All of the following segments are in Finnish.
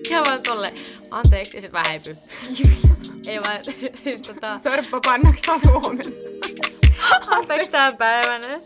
Ihan vaan tolle. Anteeksi, ja sit vähän häipyy. Ei vaan, siis Sörppä pannaks taas huomenna. Anteeksi tän päivänä.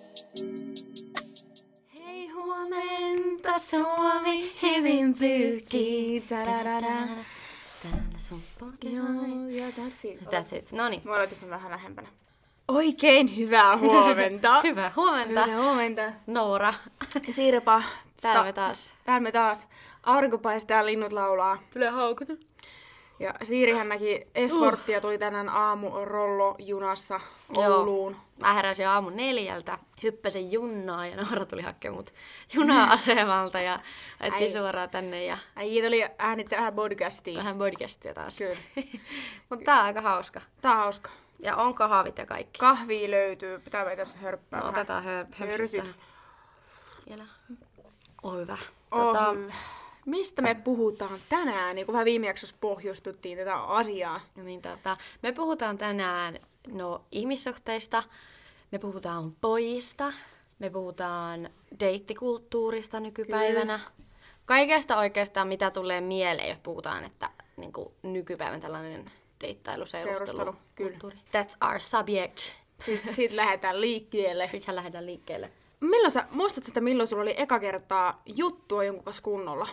Hei huomenta Suomi, hyvin pyykkii. Täällä sun Ja that's it. That's it. Noniin. Mä aloitin sen vähän lähempänä. Oikein hyvää huomenta. Hyvää huomenta. Hyvää huomenta. Noora. Sirpa. Täällä me taas. Täällä me taas. Aurinko paistaa ja linnut laulaa. Kyllä haukuta. Ja Siirihän näki efforttia, tuli tänään aamu junassa Ouluun. Mä heräsin aamun 4, hyppäsin junaa ja Noora tuli hakemaan mut juna-asemalta ja ajettiin suoraan tänne ja Äijä tuli äänittää vähän podcastia. vähän podcastia taas. Kyllä. Mut tää on aika hauska. Tää on hauska. Ja on kahvit ja kaikki. Kahvia löytyy. Pitää meitä tässä hörppää vähän. Otetaan höpsyt tähän. Vielä. Hyvä. Hyvä. Mistä me puhutaan tänään? Niin kun vähän viime jaksossa pohjustuttiin tätä asiaa. Niin, me puhutaan tänään ihmissuhteista, me puhutaan pojista, me puhutaan deittikulttuurista nykypäivänä. Kyllä. Kaikesta oikeastaan, mitä tulee mieleen, jos puhutaan, että niin kuin nykypäivän tällainen deittailu, seurustelu. Kyllä. That's our subject. Sitten lähdetään liikkeelle. Sitten lähdetään liikkeelle. Muistatko, että milloin sulla oli eka kertaa juttua jonkun kanssa kunnolla?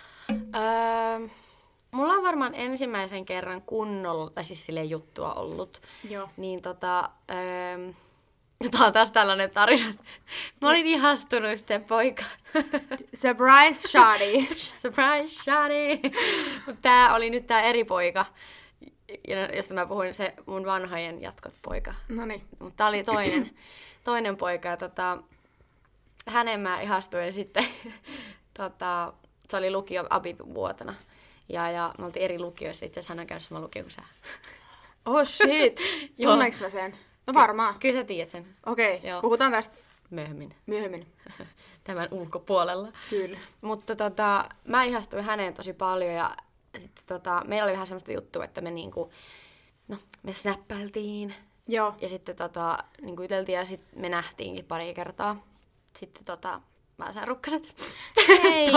Mulla on varmaan ensimmäisen kerran kunnolla, tai siis silleen juttua ollut. Joo. Niin tää on taas tällainen tarina. Mä olin ihastunut yhteen poikaan. Surprise shawty. Surprise shawty. Tää oli nyt tää eri poika, josta mä puhuin, se mun vanhojen jatkot poika. Noniin. Mutta tää oli toinen poika ja hänen mä ihastuin sitten. Se oli lukio Abib-vuotena. Ja me oltiin eri lukioissa, itse asiassa hän on käynyt sama lukio kuin sä. Oh shit! Tunneeks mä sen? No varmaan. Kyllä sä tiedät sen. Okei, puhutaan tästä myöhemmin. Tämän ulkopuolella. Kyllä. Mutta mä ihastuin häneen tosi paljon ja sitten meillä oli vähän semmoista juttua, että me me snappailtiin. Joo. Ja sitten niinku juteltiin ja sitten me nähtiinkin pari kertaa. Sitten mä sain rukkaset. Hei!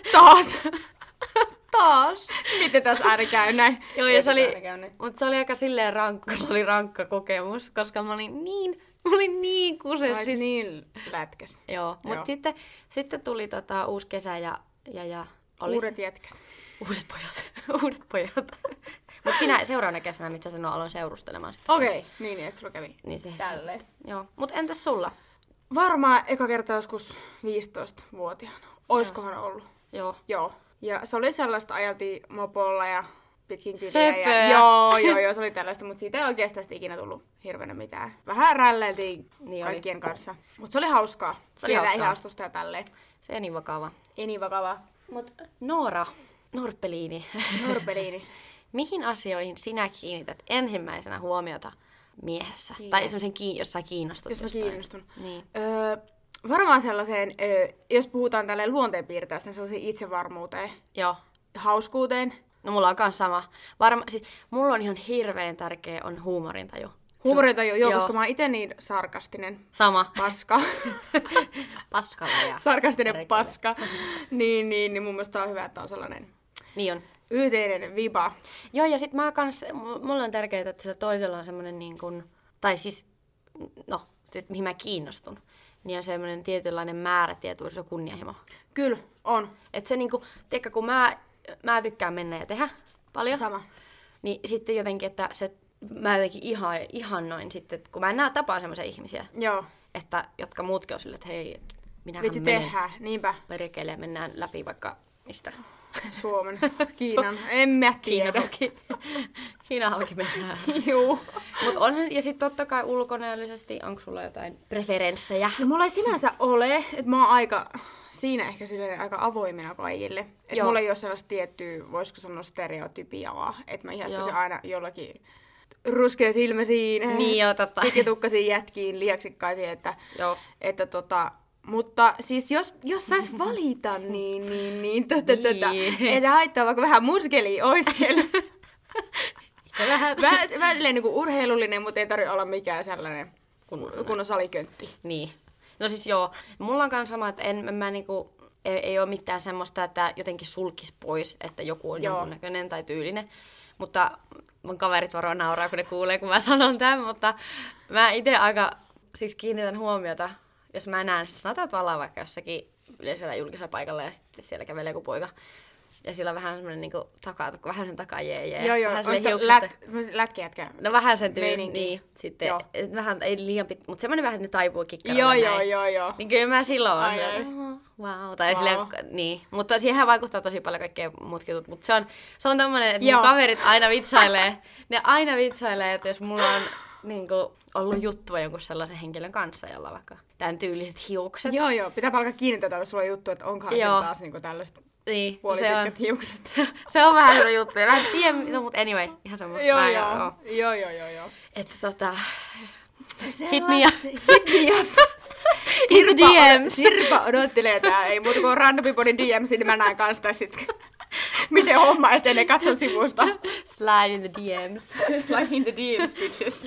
Taas! Miten tässä ääni käy näin? Joo, ja se oli aika silleen rankka kokemus, koska mä olin niin kuses. Siis niin lätkäs. Joo, mutta sitten tuli uusi kesä ja oli uudet jätkät. Uudet pojat. Mutta sinä seuraavana kesänä, mitä sä aloin seurustelemaan sitten. Okei, niin että sulla kävi niin se tälleen. Joo, mutta entäs sulla? Varmaan eka kerta joskus 15-vuotiaana. Oiskohan ollut? Joo. Ja se oli sellaista, ajeltiin mopolla ja pitkin kyliä. Söpöä. Joo, se oli tällaista, mutta siitä ei oikeastaan ikinä tullut hirveänä mitään. Vähän rälleiltiin kaikkien kanssa. Mutta se oli hauskaa. Pientä ihastusta ja tälleen. Se ei niin vakava. Ei niin vakavaa. Mut Norpeliini. Mihin asioihin sinä kiinnität ensimmäisenä huomiota miehessä? Yeah. Tai semmoisen, jos sä kiinnostut. Jos mä kiinnostun. Niin. Varmaan sellaiseen, jos puhutaan tälleen luonteenpiirteistä, niin sellaiseen itsevarmuuteen. Joo. Hauskuuteen. No mulla on kans sama. Siis mulla on ihan hirveän tärkeä on huumorintaju. Huumorintaju, joo, koska mä oon ite niin sarkastinen. Sama. Paska. Paskalla ja sarkastinen rekelle. Paska. Niin mun mielestä on hyvä, että on sellainen niin on. Yhteinen viba. Joo, ja sit mulla on tärkeää, että sillä toisella on semmonen niin kuin, tai siis, mihin mä kiinnostun, niin on semmonen tietynlainen määrätietoisuus ja kunnianhimo. Kyllä, on. Et se niinku, tiedätkö, kun mä tykkään mennä ja tehdä paljon. Sama. Niin sitten jotenkin, että mä jotenkin ihannoin sitten, että kun mä en tapaa semmoisia ihmisiä, joo. Jotka muutkin on silleen, että hei, minähän vitsi tehdään, niinpä. Perkele, mennään läpi vaikka mistä. Suomen, Kiinan, en mä tiedä. Kiina halki mennään. Juu. Ja sitten totta kai ulkonäöllisesti, onko sulla jotain preferenssejä? No mulla ei sinänsä ole, että mä oon siinä ehkä silleen aika avoimena kaikille. Että mulla ei ole sellaista tiettyä, voisiko sanoa stereotypiaa, että mä ihastuisin aina jollakin ruskea silmäisiin, niin pitkätukkaisiin jätkiin, lihaksikkaisiin, että mutta siis jos sais valita, niin ei se haittaa, vaikka vähän muskelia ois siellä. Vähän silleen niinku urheilullinen, mutta ei tarvitse olla mikään sellainen kunnon saliköntti. Niin. No siis joo, mulla on kans sama, että mä niinku, ei ole mitään semmoista, että jotenkin sulkisi pois, että joku on jonkunnäköinen tai tyylinen. Mutta mun kaverit varmaan nauraa, kun ne kuulee, kun mä sanon tämän, mutta mä itse aika siis kiinnitän huomiota, jos mä näen, sanotaan, että ollaan vaikka jossakin yleisellä julkisella paikalla ja sitten siellä kävelee joku poika. Ja sillä on vähän semmoinen niinku takatukko, vähän sen takajeejee. Joo, onko lätkäjätkä? No vähän sen tyyli, niin. Sitten vähän, ei liian mutta semmoinen vähän, että ne taipuu kikkaralla näin. Joo. Niin kyllä mä silloin on silleen, wow. Tai silleen, niin. Mutta siihen vaikuttaa tosi paljon kaikkea muutkin jutut. Mutta se on tommonen, että mun kaverit aina vitsailee. Ne aina vitsailee, että jos mulla on niinku ollut juttua jonkun sellaisen henkilön kanssa, jolla on vaikka tämän tyyliset hiukset. Joo. Pitää alkaa kiinnittää täältä sulla juttu, että onkohan sen taas niinku tällaiset puolipitkät hiukset. Se on vähän hyvä juttu. Mä en tiedä, no mut anyway, ihan sama. Joo. Että hit me up. In the DMs. Sirpa odottelee tää. Ei muuta kuin Random Peoplein DMs, niin mä näen kanssa sit. Miten homma etenee, katson sivusta. Slide in the DMs. Slide in the DMs, bitches.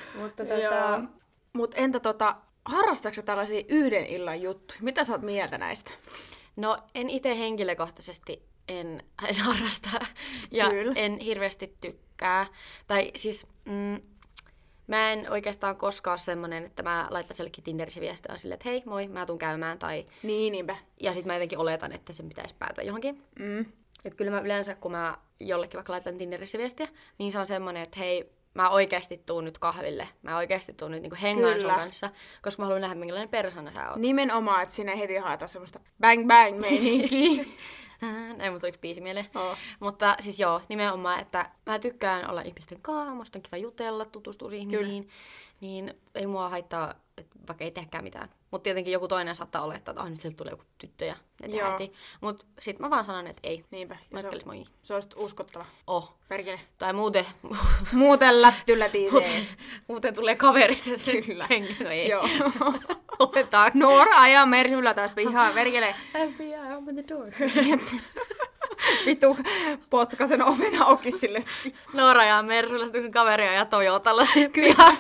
Mut entä harrastatko sä tällaisia yhden illan juttuja? Mitä sä oot mieltä näistä? No en itse henkilökohtaisesti en harrasta ja en hirveästi tykkää. Tai siis mä en oikeastaan koskaan semmonen, että mä laitan jollekin Tinderissä viestiä silleen, että hei moi, mä tuun käymään. Tai... Niinpä. Ja sit mä jotenkin oletan, että sen pitäisi päätyä johonkin. Et kyllä mä yleensä, kun mä jollekin vaikka laitan Tinderissä viestiä, niin se on semmonen, että hei, mä oikeesti tuun nyt kahville. Mä oikeesti tuun nyt niinku hengaan sun kanssa, koska mä haluan nähdä, minkälainen persona sä oot. Nimenomaan, että sinne heti haetaan semmoista bang bang meininkiä. Ei mun tuliko biisi mieleen. Mutta siis nimenomaan, että mä tykkään olla ihmisten kanssa, musta on kiva jutella, tutustua ihmisiin. Niin ei mua haittaa, että vaikka ei tehdäkään mitään. Mutta tietenkin joku toinen saattaa olettaa, että nyt sieltä tulee joku tyttö ja ne tehdään heti. Mut sit mä vaan sanon, että ei. Niinpä. Se olisi uskottava. Perkele. Tai muuten. Muuten lättyllä muuten tulee kaverista. Kyllä. No ei. Joo. Otetaan. Noora ajaa Mersulla taas pihaan. Perkele. FBI, open the door. Vitu potka sen oven auki sille. Noora ajaa Mersulla, sitten kaveria ja Toyotalla sen pihaan.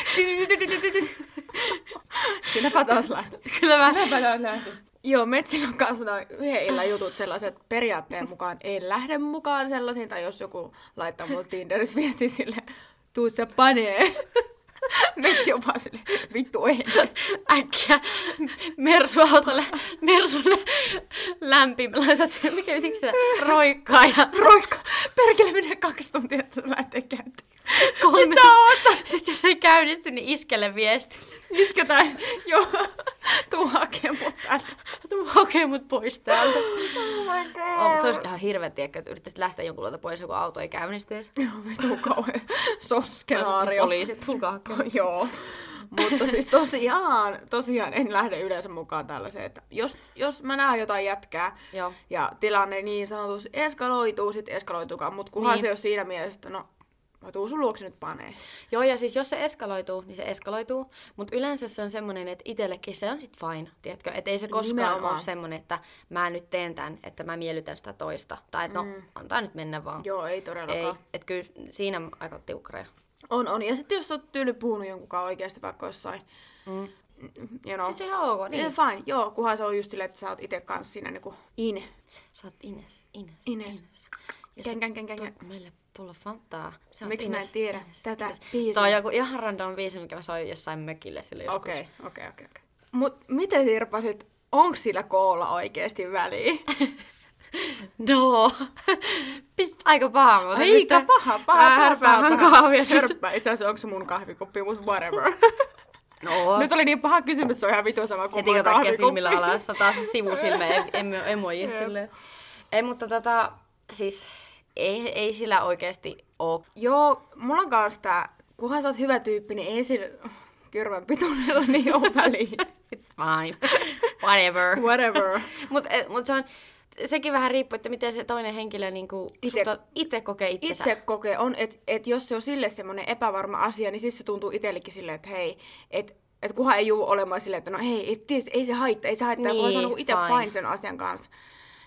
Kylläpä taas lähti. Joo, Metsillä on kanssa yhden illan jutut sellaiset, että periaatteen mukaan en lähde mukaan sellaisiin, tai jos joku laittaa mulle Tinderissä viestiä silleen, tuut sä panee. Metsi on vaan silleen, vittu ei. Äkkiä Mersuautolle, Mersulle lämpimä. Laitat sen, mikä ytinkö se roikkaa ja... Roikka! Perkele menee 2 tuntia, että se lähtee käyntiin. 3 Sitten jos ei käynnisty, niin iskele viesti. Isketään, joo. Tuu hakee mut täältä. Tuu hakee mut pois täältä. Oh my god. Se olisi ihan hirveä, tiedäkö, että yrittäisit lähteä jonkun luota pois, kun auto ei käynnistyisi. Joo, vitu kauhean soskenaario. Poliisit, tulkaa hakemaan. Joo. Mutta siis tosiaan en lähde yleensä mukaan tällaiseen, että jos mä näen jotain jätkää ja tilanne niin sanotusti eskaloituu, sit eskaloitukaan, mutta kunhan se on siinä mielessä, että no mä tuun sun luokse nyt paneen. Joo, ja siis jos se eskaloituu, niin se eskaloituu, mutta yleensä se on semmoinen, että itsellekin se on sit fine, tiedätkö? Että ei se koskaan ole semmoinen, että mä nyt teen tän, että mä miellytän sitä toista. Tai että antaa nyt mennä vaan. Joo, ei todellakaan. Ei, että kyllä siinä on aika tiukkareja. On. Ja sitten jos oot tyyli puhunut jonkunkaan oikeasti vaikka jossain, Sitten se ihan ok, niin. Fine, joo, kunhan se on just silleen, että sä oot ite kanssa siinä niinku Sä oot Ines. Keng. Meille pullo Fantaa. Miksi mä en tiedä tätä biisiä? Tuo on joku ihan random biisi, mikä mä soin jossain mökille sille joskus. Okei. Mut miten Sirpasit, onks sillä koolla oikeesti väliä? No, pistät aika paha, mutta aika paha. Härppäämään kahvia. Hörppää, itse asiassa onko se mun kahvikuppi, mutta whatever. No. Nyt oli niin paha kysymys, se on ihan vitu sama kuin mun kahvikuppi. Heti kun silmillä alas, taas sivusilmä emoji silleen. Ei, mutta siis ei sillä oikeesti oo. Joo, mulla on kans tää, kunhan sä oot hyvä tyyppi, niin ei sillä kyrvän pituudella niin oo väliä. It's fine. Whatever. Mut se on... Sekin vähän riippuu, että miten se toinen henkilö niinku itse kokee itsensä. Itse kokee, on, että jos se on sille semmoinen epävarma asia, niin siis se tuntuu itsellekin silleen, että hei, että kunhan ei juu olemaan silleen, että no hei, ei se haittaa, niin, kunhan se on itse fine sen asian kanssa.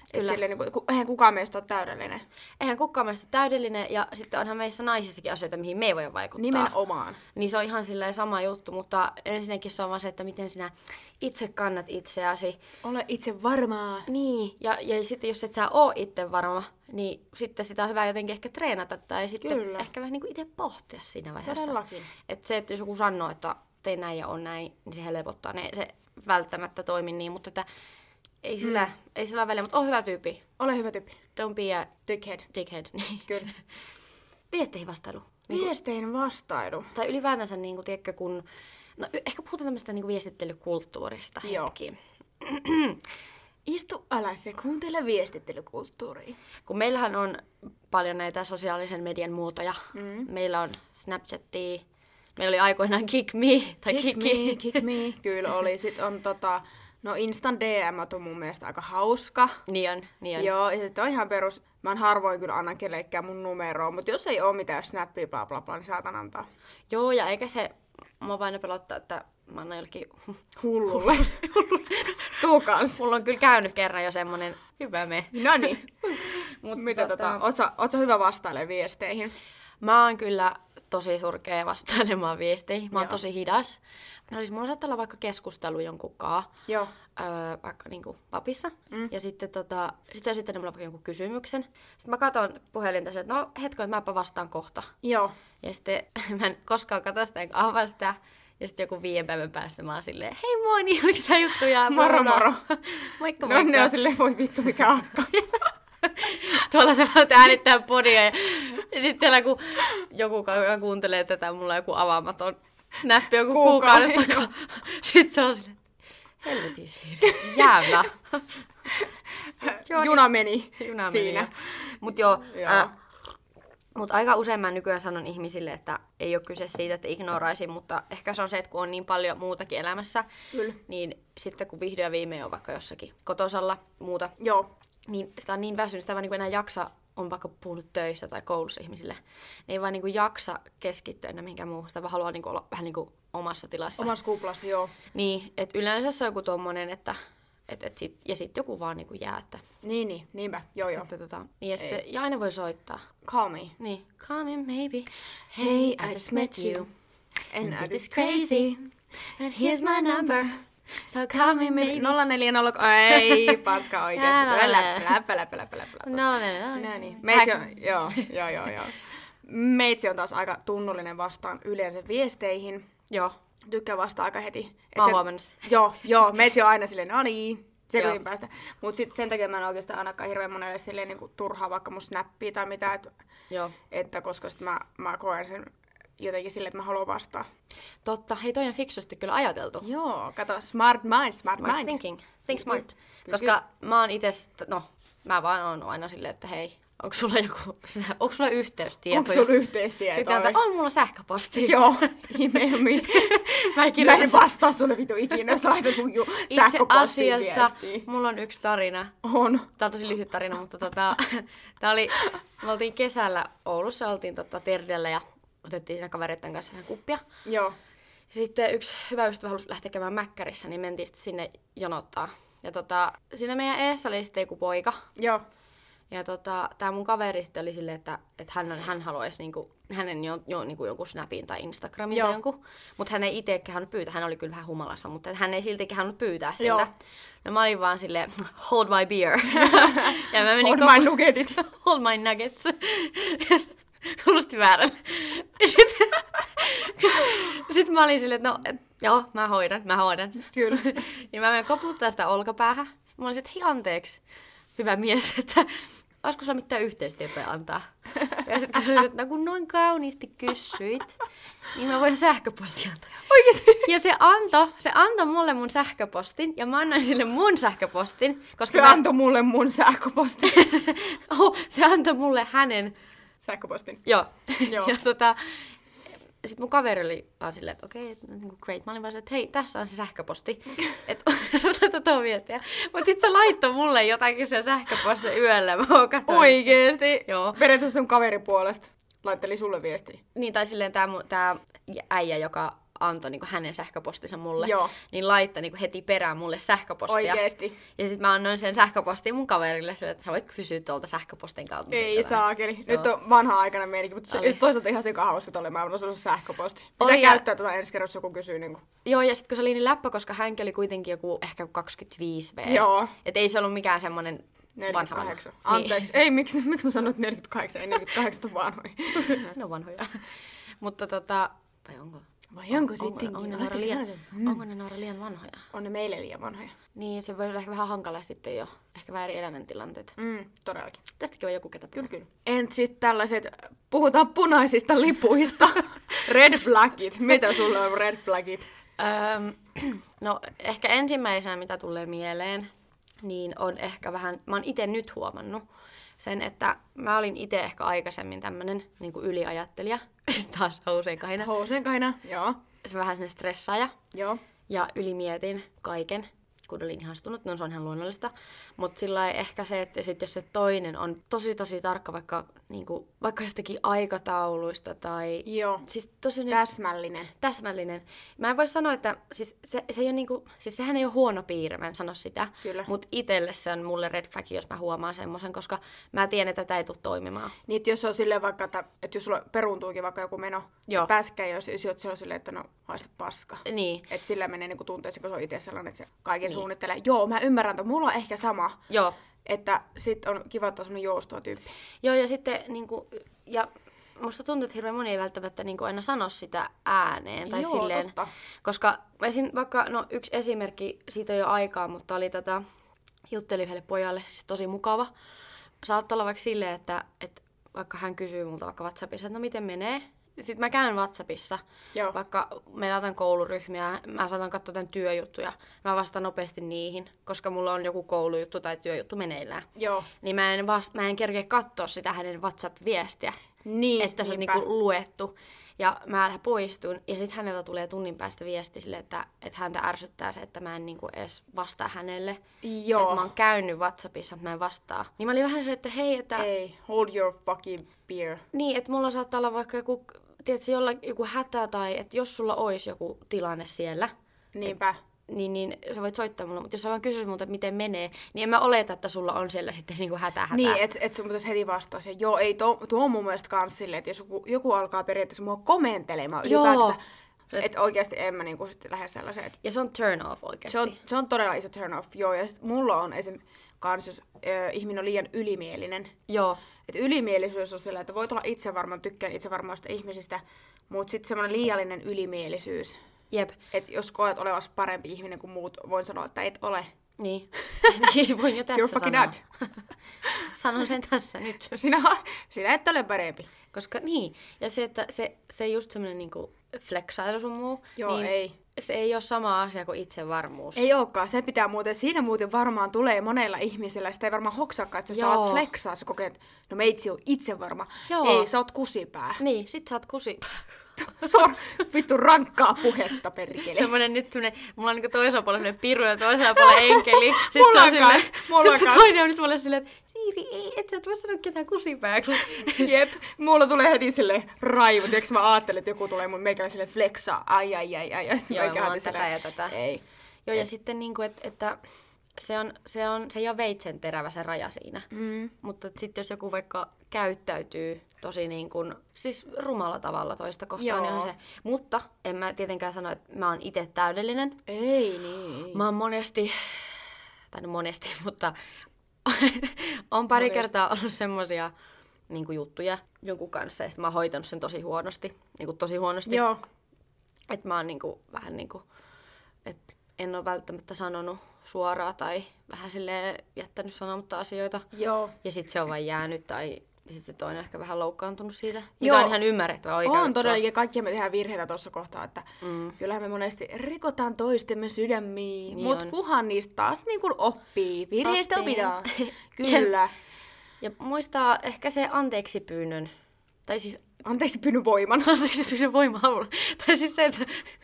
Että silleen, niin kuin, eihän kukaan meistä ole täydellinen. Eihän kukaan meistä ole täydellinen, ja sitten onhan meissä naisissakin asioita, mihin me ei voi vaikuttaa. Nimenomaan. Niin se on ihan silleen sama juttu, mutta ensinnäkin se on vaan se, että miten sinä itse kannat itseäsi. Ole itse varmaa. Niin, ja sitten jos et sä oo itse varma, niin sitten sitä on hyvä jotenkin ehkä treenata tai sitten ehkä vähän niin kuin itse pohtia siinä vaiheessa. Todellakin. Että se, että jos joku sanoo, että tee näin ja on näin, niin se helpottaa. Se välttämättä toimi niin, mutta että ei sillä ole väliä, mutta ole hyvä tyyppi. Ole hyvä tyyppi. Don't be a dickhead. Niin. Kyllä. Viesteihin vastailu. Viesteihin vastailu. Tai ylipäätänsä, niin kuin, tiedätkö, kun... No, ehkä puhutaan tämmöistä niin kuin viestittelykulttuurista hetki. Istu alas ja kuuntele viestittelykulttuuria. Kun meillähän on paljon näitä sosiaalisen median muotoja. Meillä on Snapchatia. Meillä oli aikoinaan Kick Me. Tai Kick Me. Kyllä oli. Sitten on no Instan DM on mun mielestä aika hauska. Niin on. Joo, ja sitten on ihan perus. Mä en harvoin kyllä anna kellekään mun numeroa, mutta jos ei oo mitään snappia bla bla bla, niin saatan antaa. Joo, ja eikä se mua vain pelottaa, että mä annan jollekin hullulle. Tuu kans. Mulla on kyllä käynyt kerran jo semmonen hyvä me. Noniin. Mitä oot sä hyvä vastailemaan viesteihin? Mä oon kyllä tosi surkea vastailemaan viesteihin. Mä oon tosi hidas. No siis mulla saattaa olla vaikka keskustelu jonkunkaan. Joo. Vaikka niinku papissa. Ja sitten sit se esittää mulle vaikka jonkun kysymyksen. Sitten mä katon puhelinta että no hetken, mäpä vastaan kohta. Joo. Ja sitten mä en koskaan katso sitä enkä avaa sitä. Ja sitten joku 5 päivän päästä mä oon silleen, hei moi, niin oliko tää juttuja? Moro. Moikka. No ne on silleen, voi vittu mikä akka. Tuolla se vaan äänittää podia ja sitten siellä kun joku joka kuuntelee tätä, mulla on joku avaamaton snappi joku kuukauden takaa. Sitten se on silleen, helvetin siirry, jäävä. Juna meni siinä. Mut mut aika usein mä nykyään sanon ihmisille, että ei ole kyse siitä, että ignoraisin, mutta ehkä se on se, että kun on niin paljon muutakin elämässä, niin sitten kun vihdoin ja viimein on vaikka jossakin kotosalla muuta, niin sitä on niin väsynyt, sitä ei vaan niin enää jaksa, on vaikka puhunut töissä tai koulussa ihmisille, ne ei vaan niin jaksa keskittyä enää mihinkään muuhun, sitä vaan haluaa niin olla vähän niin kuin omassa tilassa. Omassa kuplassa, joo. Niin, että yleensä se on joku tommonen, että ja sit joku vaan niinku jää, että... Niinpä, joo. Niin ja sitten, ja aina voi soittaa. Call me. Niin, call me maybe. Hey, I just met you. And this is crazy. And here's my number. So call me maybe. 0404... Ei, paska oikeesti. Läppä. No. Niin. Meitsi on taas aika tunnollinen vastaan yleensä viesteihin. Joo. Tykkää vastaa aika heti. Mä oon huomannut sitä. Joo, meitsi on aina silleen, no niin, sekunnin päästä. Mut sit sen takia mä en oikeastaan ainakaan hirveän monelle silleen niinku turhaa vaikka mun snappia tai mitä. Että koska sit mä koen sen jotenkin silleen, että mä haluan vastaa. Totta, hei toi on fiksusti kyllä ajateltu. Joo, kato, smart mind. Thinking, think smart. Koska mä oon ites, mä vaan oon aina silleen, että hei, onko sulla yhteystietoja? Onko sulla yhteystietoja? Sitten on mulla sähköposti. Joo, email me. Mä en vastaa sulle vitu ikinä, jos laitat mun sähköpostiin viestiä. Itse asiassa mulla on yksi tarina. On. Tää on tosi lyhyt tarina, mutta me oltiin kesällä Oulussa, oltiin Terdellä ja otettiin siinä kavereiden kanssa vähän kuppia. Joo. Sitten yksi hyvä ystävä halusi lähteä käymään Mäkkärissä, niin mentiin sitten sinne jonottaa. Ja siinä meidän eessä oli sitten joku poika. Joo. Ja tää mun kaveri sitten oli silleen, että hän haluaisi niinku, hänen niinku jonkun Snapin tai Instagramin tai jonkun. Mutta hän ei itse kehannut pyytää, hän oli kyllä vähän humalassa, mutta hän ei silti kehannut pyytää siltä. Joo. No mä olin vaan silleen, hold my beer. Ja mä menin hold my nuggetit. Hold my nuggets. Hullusti väärällä. Sitten mä olin silleen, että joo, mä hoidan. Kyllä. Ja mä menen koputtaa sitä olkapäähän. Mä olin silleen, että hei anteeksi, hyvä mies, että olisiko sulla mitään yhteistietoja antaa? Ja sitten se oli, että kun noin kauniisti kysyit, niin mä voin sähköpostia antaa. Oikeesti? Ja se antoi mulle mun sähköpostin, ja mä annoin sille mun sähköpostin. Koska se antoi mulle mun sähköpostin. Se antoi mulle hänen sähköpostin. Joo. Ja sitten mun kaveri oli vaan silleen, että okei, great. Mä olin vaan silleen, että hei, tässä on se sähköposti. Että laita tuon viestiä. Mutta sitten se laittoi mulle jotakin sen sähköpostin yöllä. Mä katsoin. Oikeesti? Joo. Periaatteessa sun kaverin puolesta laitteli sulle viestiä. Niin, tai silleen tää äijä, joka antoi niin hänen sähköpostinsa mulle, Joo. niin laittoi niin heti perään mulle sähköpostia. Oikeesti. Ja sitten mä annoin sen sähköpostin mun kaverille sille, että sä voit kysyä tuolta sähköpostin kautta. Ei saakeli. Nyt on vanha aikana meininki, mutta toisaalta ihan hauska tolle. Mä annan sulle sähköposti. Pitää käyttää tuota ensi kerran, jos joku kysyy. Niin kuin. Joo, ja sitten kun se oli niin läppä, koska hänkin oli kuitenkin joku ehkä 25V. Joo. Et ei se ollut mikään semmonen 48. Anteeksi. Niin. Ei, miksi mä sanoin, että 48? Ei 48 on vanhoja. Ne on vanhoja. Mutta vai onko? Vai onko sittenkin? Onko ne Noora liian vanhoja? On ne meille liian vanhoja. Niin, se voi olla ehkä vähän hankala sitten jo. Ehkä vähän eri elämäntilanteita. Todellakin. Tästäkin voi joku ketä puhua. Kyllä. Entä sitten tällaiset, puhutaan punaisista lipuista. Red flagit. Mitä sulla on red flagit? No, ehkä ensimmäisenä, mitä tulee mieleen, niin on ehkä vähän, mä oon itse nyt huomannut sen, että mä olin itse ehkä aikaisemmin tämmönen niin kuin yliajattelija. Taas houseenkaina. Houseenkaina, joo. Se vähän sen stressaaja. Joo. Ja ylimietin kaiken, kun olin ihastunut. No se on ihan luonnollista. Mutta sillä ehkä se, että sit jos se toinen on tosi tarkka vaikka jostakin aikatauluista tai... Joo. Siis tosi täsmällinen. Mä en voi sanoa, että siis se ei ole niinku, siis sehän ei ole huono piirre, mä en sano sitä. Kyllä. Mutta itselle se on mulle red flag, jos mä huomaan semmoisen, koska mä tiedän, että tätä ei tule toimimaan. Niin, jos on silleen vaikka, että jos sulla peruuntuukin vaikka joku meno päässäkään, jos oot silleen, että no haista paska. Niin. Että sillä menee niinku tunteisiin, kun se on itse sellainen, että se kaiken suunnittelee. Joo, mä ymmärrän, että mulla on ehkä sama. Joo. Että sit on kiva ottaa semmonen joustoa tyyppi. Joo, ja sitten niinku, ja musta tuntuu, että hirveän moni ei välttämättä niinku aina sano sitä ääneen. Tai silleen, totta. Koska vaikka, yksi esimerkki, siitä on jo aikaa, mutta oli jutteli yhdelle pojalle, siis tosi mukava. Saattaa olla vaikka silleen, että vaikka hän kysyy multa vaikka WhatsAppissa, että no miten menee. Sitten mä käyn WhatsAppissa, vaikka meillä on kouluryhmiä, mä saatan katsoa tämän työjuttuja. Mä vastaan nopeasti niihin, koska mulla on joku koulujuttu tai työjuttu meneillään. Joo. Niin mä en kerkeä katsoa sitä hänen WhatsApp-viestiä, niin, että se on niinku luettu. Ja mä poistun, ja sitten häneltä tulee tunnin päästä viesti sille, että häntä ärsyttää se, että mä en niinku edes vastaa hänelle. Joo. Että mä oon käynyt WhatsAppissa, mutta mä en vastaa. Niin mä olin vähän se, että hei, että... Ei, hold your fucking beer. Niin, että mulla saattaa olla vaikka joku hätä tai että jos sulla olisi joku tilanne siellä. Niinpä. Niin sä voit soittaa mulle, mutta jos sä vaan kysyt multa, että miten menee, niin en mä oleta, että sulla on siellä sitten niinku hätä. Niin, et sun pitäisi heti vastaa siihen. Joo, ei tuo on mun mielestä kans silleen, että jos joku alkaa periaatteessa mua komentelemaan ylipäätänsä, että oikeasti en mä niinku sitten lähde sellaiseen. Ja se on turn off oikeasti. Se on todella iso turn off, joo. Ja sit mulla on esim. Kans, jos ihminen on liian ylimielinen. Joo. Että ylimielisyys on sillä, että voit olla itsevarma, tykkään itsevarmoista ihmisistä, mutta sitten semmoinen liiallinen ylimielisyys. Jep. Että jos koet olevasi parempi ihminen kuin muut, voin sanoa, että et ole. Niin. Niin voin jo tässä sanoa. Sanon sen tässä nyt. Sinä et ole parempi. Koska niin. Ja se, että se just semmoinen niinku flexailu sun muu. Joo, niin ei. Se ei ole sama asia kuin itsevarmuus. Ei olekaan. Se pitää siinä muuten varmaan tulee monella ihmisellä. Sitä ei varmaan hoksaakaan, että sä saat flexaa. Sä kokeet, että no meitsi on itsevarma. Joo. Ei, sä oot kusipää. Niin, sit sä oot kusipää. Vittu rankkaa puhetta, perkele. Semmonen nyt mulla on niinku toisella puolella semmonen piru ja toisella puolella enkeli. Mulla se toinen on nyt mulle silleen, että Siiri, ei, et sä et voi sanoa ketään kusipääksi. Jep, mulla tulee heti silleen raivo. Tiedätkö mä ajattelen, että joku tulee mun meikällä silleen flexaa. Ai. Ja sitten joo, mulla on tätä ja tätä. Ei. Joo, ja sitten niinku, että se ei ole veitsen terävä se raja siinä. Mutta sitten jos joku vaikka käyttäytyy tosi niin kuin, siis rumalla tavalla toista kohtaan, niin on se. Mutta en mä tietenkään sano, että mä oon itse täydellinen. Ei niin. Mä oon monesti, mutta on pari kertaa ollut semmosia niin kuin juttuja jonkun kanssa, ja sit mä oon hoitanut sen tosi huonosti. Niin kuin tosi huonosti. Joo. Että mä oon niin kuin, vähän niin kuin, että en ole välttämättä sanonut suoraan tai vähän silleen jättänyt sanomatta asioita. Joo. Ja sit se on vain jäänyt tai sitten toinen ehkä vähän loukkaantunut siitä. Mikä on ihan ymmärrettävä oikein. On todellakin. Kaikki me tehdään virheitä tuossa kohtaa, että kyllähän me monesti rikotaan toistemme sydämiin. Niin mut kuhan niistä taas niin kuin oppii. Virheistä opitaan. Kyllä. Ja muistaa ehkä se anteeksi pyynnön. Tai siis anteeksi pyynnön voiman. Anteeksi pyynnön voiman avulla. Tai siis se, että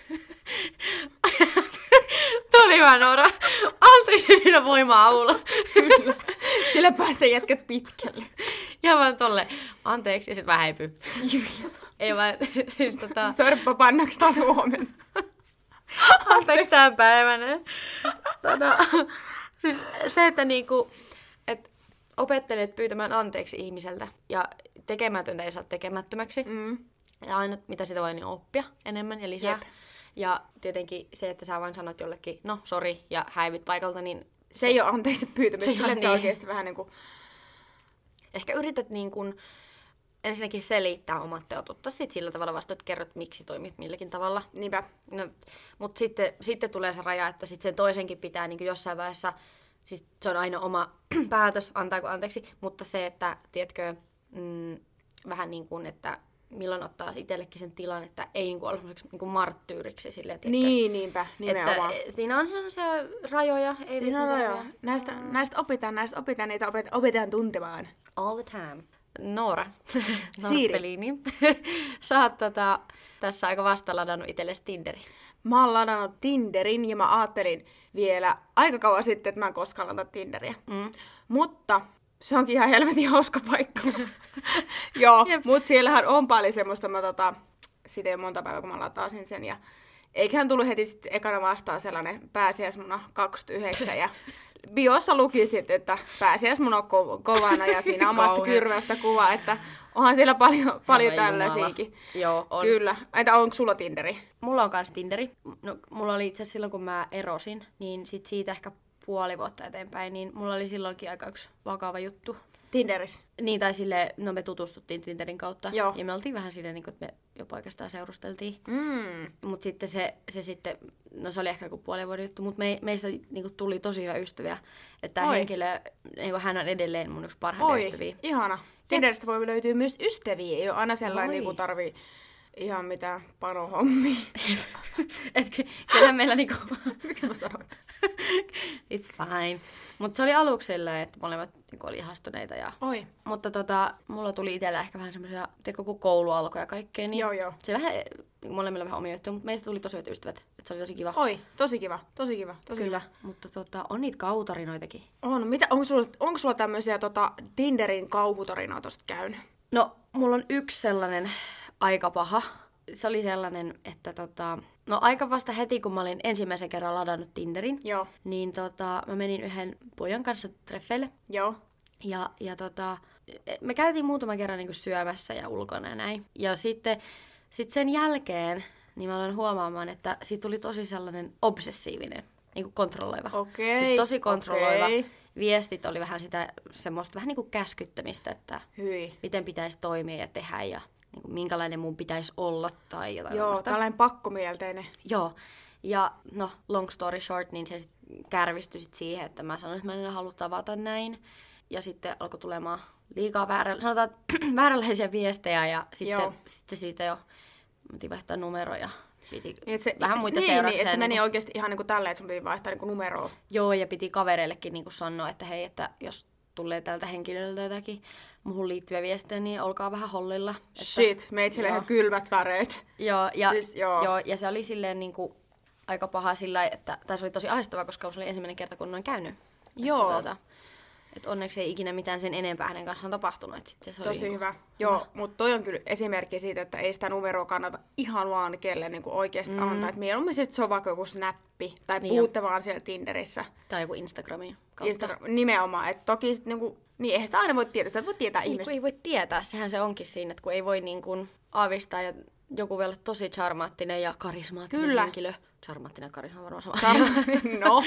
tuli hyvä, Noora. Anteeksi pyynnön voiman avulla. Kyllä. Sillä pääsee jätkät pitkälle. Ja vaan tolle, anteeksi, ja sit vähän häipyy. Ei vaan, siis Sörppä pannaks taas huomenna. Anteeksi tämän päivänen. Siis se, että niinku, et opettelet pyytämään anteeksi ihmiseltä ja tekemätöntä ei saa tekemättömäksi. Ja aina mitä sitä voi niin oppia enemmän ja lisää. Jep. Ja tietenkin se, että sä vaan sanot jollekin, no sori, ja häivyt paikalta, niin... Se ei ole anteeksi pyytämistä, kyllä se oikeasti vähän niinku... Ehkä yrität niin kuin ensinnäkin selittää omat teot, ottaa sit sillä tavalla vasta, että kerrot, miksi toimit milläkin tavalla. Niinpä. No, mutta sitten tulee se raja, että sit sen toisenkin pitää niin kuin jossain vaiheessa, siis se on aina oma päätös, antaako anteeksi, mutta se, että tiedätkö, vähän niin kuin, että milloin ottaa itsellekin sen tilan, että ei niin kuin ole semmoiseksi niin kuin marttyyriksi. Silleen, niin, niinpä, nimenomaan. Että siinä on sellaisia rajoja. Ei siinä on rajoja. Näistä opitaan, niitä opitaan tuntemaan. All the time. Noora Norppelini. Sä oot tässä aika vasta ladannut itsellesi Tinderin. Mä oon ladannut Tinderin ja mä ajattelin vielä aika kauan sitten, että mä en koskaan ladaa Tinderiä. Mutta se onkin ihan helvetin hauska paikka. Joo, mut siellähän on paljon semmoista, siitä ei ole monta päivää, kun mä lataasin sen. Ja eiköhän tullut heti sitten ekana vastaan sellainen pääsiäismuna 29 ja biossa luki sitten, että pääsiäismuna kovana ja siinä omasta kyrvästä kuva, että onhan siellä paljon tällaisiakin. Joo, on. Kyllä. Entä onko sulla Tinderi? Mulla on kans Tinderi. No, mulla oli itse asiassa silloin, kun mä erosin, niin sit siitä ehkä puoli vuotta eteenpäin, niin mulla oli silloinkin aika yksi vakava juttu. Tinderissä? Niin, tai silleen, no me tutustuttiin Tinderin kautta. Joo. Ja me oltiin vähän silleen, niin että me jopa oikeastaan seurusteltiin. Mutta sitten se sitten, no se oli ehkä joku puolen vuoden juttu, mutta meistä niin kuin tuli tosi hyvä ystäviä. Että tämä henkilö, niin hän on edelleen mun yksi parhaita ystäviä. Ihana. Tinderistä voi löytyä myös ystäviä, ei ole aina sellainen, niin kuin tarvii ihan mitään panohommia. Kyllähän meillä niinku... Miksi mä sanoin? It's fine. Mutta se oli aluksi silleen, että molemmat niinku oli ihastuneita. Mutta mulla tuli itsellä ehkä vähän semmoisia, kun koulu alkoi ja kaikkea, niin joo. Se vähän, molemmilla vähän omia juttuja, mutta meistä tuli tosi hyvät ystävät. Että se oli tosi kiva. Tosi kiva. Kyllä, mutta on niitä kautarinoitakin. On. Onko sulla tämmöisiä Tinderin kauhutarinoita tosta käynyt? No, mulla on yksi sellainen aika paha. Se oli sellainen, että no aika vasta heti, kun mä olin ensimmäisen kerran ladannut Tinderin, Joo. niin mä menin yhden pojan kanssa treffeille. Joo. Ja me käytiin muutaman kerran niin kuin syömässä ja ulkona ja näin. Ja sitten sen jälkeen niin mä aloin huomaamaan, että siitä tuli tosi sellainen obsessiivinen, niin kuin kontrolloiva. Okei. Siis tosi kontrolloiva. Viestit oli vähän sitä semmoista vähän niin kuin käskyttämistä, että miten pitäisi toimia ja tehdä ja niin kuin minkälainen mun pitäisi olla tai jotain. Joo, tällainen pakkomielteinen. Joo. Ja no, long story short, niin se kärvistyi sit siihen, että mä sanoin, että mä en enää halua tavata näin. Ja sitten alkoi tulemaan liikaa vääränlaisia viestejä ja sitten siitä jo piti vaihtaa numeroja. Piti vähän muita seurauksia. Niin, että se meni oikeasti ihan niin kuin tälleen, että sun piti vaihtaa niin kuin numeroa. Joo, ja piti kavereillekin niin kuin sanoa, että hei, että jos tulee tältä henkilöltä jotakin muuhun liittyviä viestejä, niin olkaa vähän hollilla. Shit, meitsille ihan kylmät väreet. Joo, ja se oli silleen niin kuin aika paha sillä, että se oli tosi ahdistavaa, koska se oli ensimmäinen kerta, kun noin käynyt. Joo. Että onneksi ei ikinä mitään sen enempää hänen kanssaan tapahtunut. Että sitten se tosi oli hyvä. Joo, mutta toi on kyllä esimerkki siitä, että ei sitä numeroa kannata ihan vaan kelle niin oikeasti antaa. Että mieluummin se on vaikka joku snappi tai puhutte vaan siellä Tinderissä. Tai joku Instagramin kautta. Nimenomaan. Että toki niin eihän sitä aina voi tietää. Sitä voi tietää ihmistä. Ei voi tietää. Sehän se onkin siinä, että kun ei voi niin kuin aavistaa ja joku voi olla tosi charmaattinen ja karismaattinen henkilö. Charmaattinen karisma on varmaan sama asia. No.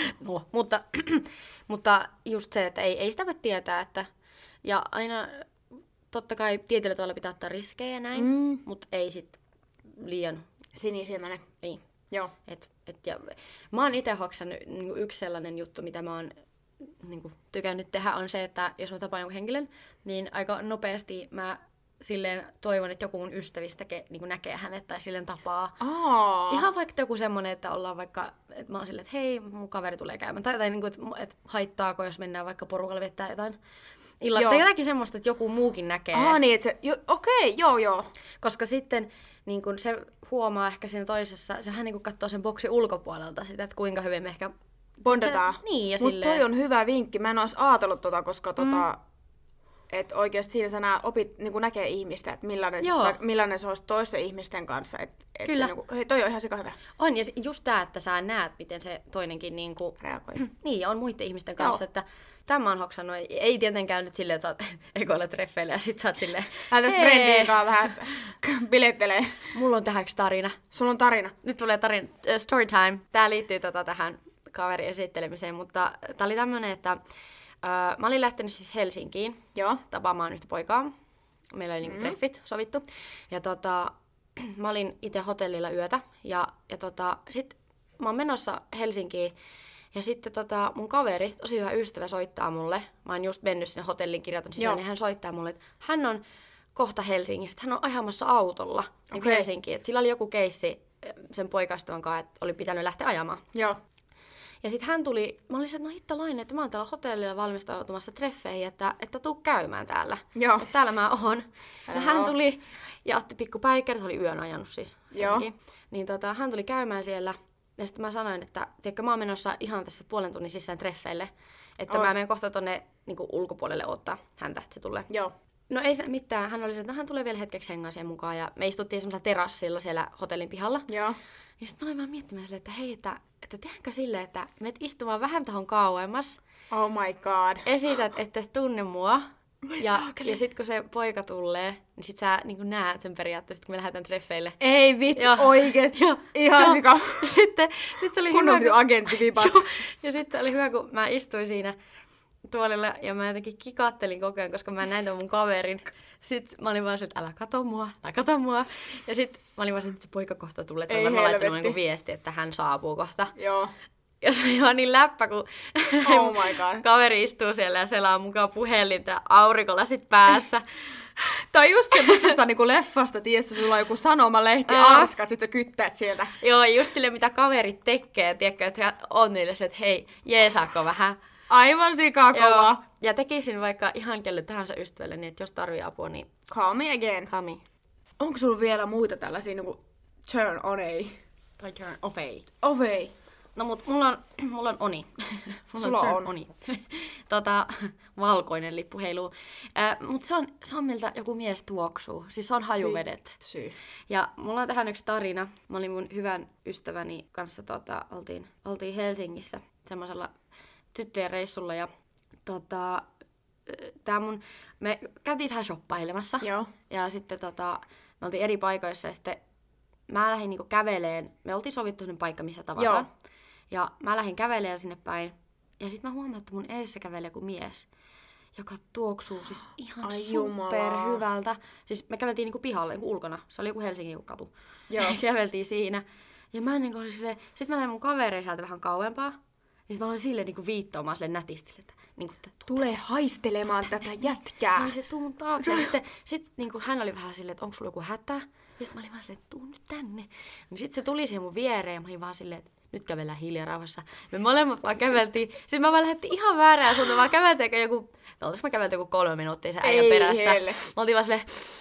Mutta just se, että ei sitä voi tietää. Että, ja aina totta kai tietyllä tavalla pitää ottaa riskejä ja näin, mutta ei sit liian sinisilmäinen. Niin. Joo. Ja mä oon itse hoksannut niin yksi sellainen juttu, mitä mä oon niin tykännyt tehdä, on se, että jos mä tapaan jonkun henkilön, niin aika nopeasti mä silleen toivon, että joku mun ystävistä niin näkee hänet tai silleen tapaa. Ihan vaikka joku semmonen, että ollaan vaikka, että mä oon silleen, että hei, mun kaveri tulee käymään. Tai niin kuin, että haittaako, jos mennään vaikka porukalla vettää jotain illalla. Tai jotakin semmoista, että joku muukin näkee. Niin, että se, okei, joo. Koska sitten niin kun se huomaa ehkä siinä toisessa, sehän niin katsoo sen boksin ulkopuolelta sitä, että kuinka hyvin me ehkä bondataan. Niin, ja silleen. Mutta toi on hyvä vinkki. Mä en ois ajatellut koska että oikeasti siinä sä opit niin näkee ihmistä, että millainen se olisi toisten ihmisten kanssa. Kyllä. Se, hei, toi on ihan sika hyvä. On, ja just tää, että sä näet, miten se toinenkin niinku reagoi. Niin, on muiden ihmisten kanssa, että tämän mä oon hoksannut. Ei tietenkään nyt silleen, että sä oot ekoille treffeille ja sit sä oot silleen, lähdetään friendien kanssa vähän bilettelee. Mulla on tähän yksi tarina. Sulla on tarina? Nyt tulee tarina. Story time. Tää liittyy tähän kaverin esittelemiseen, mutta tää oli tämmönen, että mä olin lähtenyt siis Helsinkiin tapaamaan yhtä poikaa. Meillä oli niinku treffit sovittu. Ja mä olin itse hotellilla yötä. Ja sit mä oon menossa Helsinkiin. Ja sitten mun kaveri, tosi hyvä ystävä, soittaa mulle. Mä oon just mennyt sinne hotellin kirjoitan sisään, niin hän soittaa mulle, että hän on kohta Helsingistä. Hän on ajamassa autolla Helsinkiin. Et sillä oli joku keissi sen poikaystävän kanssa, että oli pitänyt lähteä ajamaan. Joo. Ja sitten hän tuli, mä olin se, että no hittalainen, että mä oon täällä hotellilla valmistautumassa treffeihin, että tuu käymään täällä. Joo. Että täällä mä oon. Ja hän tuli ja otti pikku päikkärit, se oli yön ajanut siis. Joo. Niin hän tuli käymään siellä. Ja sitten mä sanoin, että tiedätkö, mä oon menossa ihan tässä puolen tunnin sisään treffeille. Että mä menen kohta tonne niin ulkopuolelle odottaa häntä, että se tulee. Joo. No ei se mitään. Hän oli se, että hän tulee vielä hetkeksi hengaan siihen mukaan. Ja me istuttiin semmoisella terassilla siellä hotellin pihalla. Joo. Ja sitten mä olin vaan miettimään silleen, että hei, että tehdäänkö silleen, että menet istumaan vähän tahon kauemmas. Oh my god. Esität, että et tunne mua. Ja sit kun se poika tulee, niin sit sä niin näet sen periaatteessa, kun me lähdetään treffeille. Ei vitsi, oikeesti. Ihan sika. Sitten oli kunnon hyvä, agenttivipat. Ja sitten oli hyvä, kun mä istuin siinä tuolilla ja mä jotenkin kikattelin koko ajan, koska mä näin ton mun kaverin. Sitten mä olin vaan se, että älä kato mua. Ja sitten mä olin vaan se, että se poika kohta tulee, että se on varmaan laittanut niin viesti, että hän saapuu kohta. Joo. Ja se oli vaan niin läppä, kun oh my God. Kaveri istuu siellä ja selaa mukaan puhelinta ja aurinkolasit päässä. Tai just semmoisesta niinku leffasta, tiedätkö, sulla on joku sanomalehti, arskat, sit sä kyttäät sieltä. Joo, just sille, mitä kaverit tekee, tiedätkö, että on niille se, että hei, jeesaako vähän. Aivan sikakova. Ja tekisin vaikka ihan kelle tahansa ystävälle, niin että jos tarvii apua, niin call me again. Call me. Onko sulla vielä muita tällaisia niinku turn on tai turn off off. No mut mulla on oni. Sulla on oni. Valkoinen lippu heiluu. Mut se on miltä joku mies tuoksuu. Siis se on hajuvedet. Ja mulla on tähän yksi tarina. Mä olin mun hyvän ystäväni kanssa oltiin Helsingissä semmoisella tyttöjen reissulla ja me käytiin vähän shoppailemassa. Joo. Ja sitten me oltiin eri paikoissa ja sitten mä lähdin niinku käveleen. Me oltiin sovittu sellainen paikka, missä tavataan. Joo. Ja mä lähdin kävelemään sinne päin. Ja sit mä huomaan, että mun edessä kävelee joku mies, joka tuoksuu siis ihan superhyvältä. Siis me käveltiin niinku pihalla, niinku ulkona. Se oli joku Helsingin katu. Joo. Käveltiin siinä. Ja mä niinku olin silleen, sit mä näin mun kaverein sieltä vähän kauempaa. Ja sit mä olin silleen niinku viittaamaan silleen nätisti, että niinku, tule haistelemaan tätä jätkää. Mä olin se, tuu mun taakse. Ja sitten niinku, hän oli vähän silleen, että onko sulla joku hätä? Ja sit mä olin vaan silleen, että tuu nyt tänne. Niin sit se tuli siihen mun viereen ja mä olin vaan silleen, että nyt kävellään hiljaa rauhassa. Me molemmat vaan käveltiin. Siis mä vaan lähdettiin ihan väärään suuntaan, vaan käveltiin joku 3 minuuttia sen äijän perässä. Helle. Mä oltiin vaan silleen,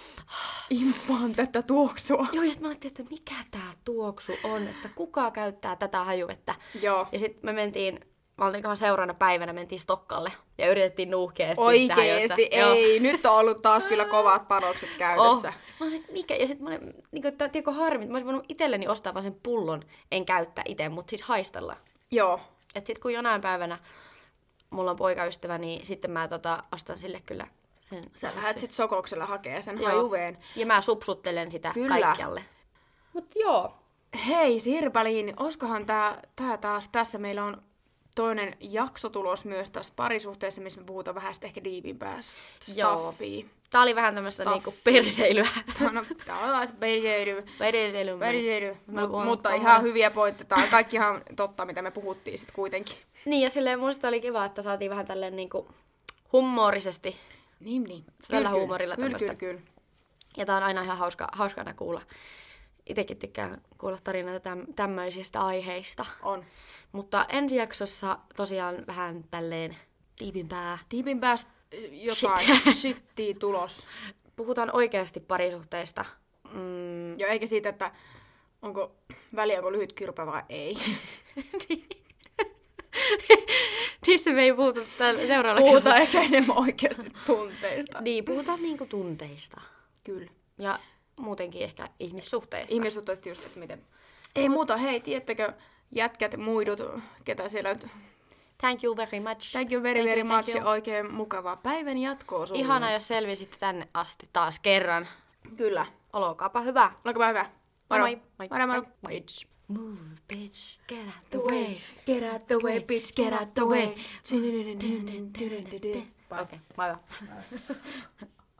impaan tätä tuoksua. Joo, ja sit mä ajattelin, että mikä tää tuoksu on, että kuka käyttää tätä hajuvettä. Joo. Ja sit me oltiin seuraavana päivänä, mentiin Stokkalle ja yritettiin nuuhkia. Oikeesti, ei. Nyt on ollut taas kyllä kovat panokset käytössä. Mä olin, että mikä? Ja sit mä olin, niinku, tiedätkö harmi, mä olisin voinut itselleni ostaa vaan sen pullon, en käyttää itse, mutta siis haistella. Joo. Et sit kun jonain päivänä mulla on poikaystävä, niin sitten mä ostan sille kyllä sen. Sä lähdet sit sokoksella hakee sen hajuveen. Ja mä supsuttelen sitä kaikkialle. Mut joo. Hei Sirpa-Liin, oskohan tää taas, tässä meillä on toinen jakso tulos myös tässä parisuhteessa, missä me puhutaan vähän sitten ehkä diipimpää staffia. Tää oli vähän tämmöstä niinku perseilyä. No, tää on taas perseily. Mutta on ihan hyviä pointteja. Kaikki ihan totta, mitä me puhuttiin sit kuitenkin. Niin, ja silleen musta oli kiva, että saatiin vähän tälleen niinku humorisesti. Niin. Tällä huumorilla tämmöstä. Kyllä. Ja tää on aina ihan hauskana kuulla. Itekin tykkään kuulla tarinoita tämmöisistä aiheista. On. Mutta ensi jaksossa tosiaan vähän tälleen diipimpää jotain shittiä tulos. Puhutaan oikeasti parisuhteista. Joo, eikä siitä, että onko lyhyt kyrpä vai ei. Niistä me ei puhuta seuraavalla Puhutaan ehkä enemmän oikeasti tunteista. Niin, puhutaan niinku tunteista. Kyllä. Ja muutenkin ehkä ihmissuhteista. Ihmissuhteista just, että miten... Ei muuta, hei, tiedättekö jätkät, muidut, ketä siellä... Thank you very much. Thank you very much ja oikein mukavaa päivän jatkoa sulle. Ihana, jos selvisitte tänne asti taas kerran. Kyllä. Olkaapa hyvä. Olkaapa hyvä. Moro. Moi. Moro. Bitch. Move, bitch. Get out the way. Get out the way, bitch. Get out the way. Okei, moi.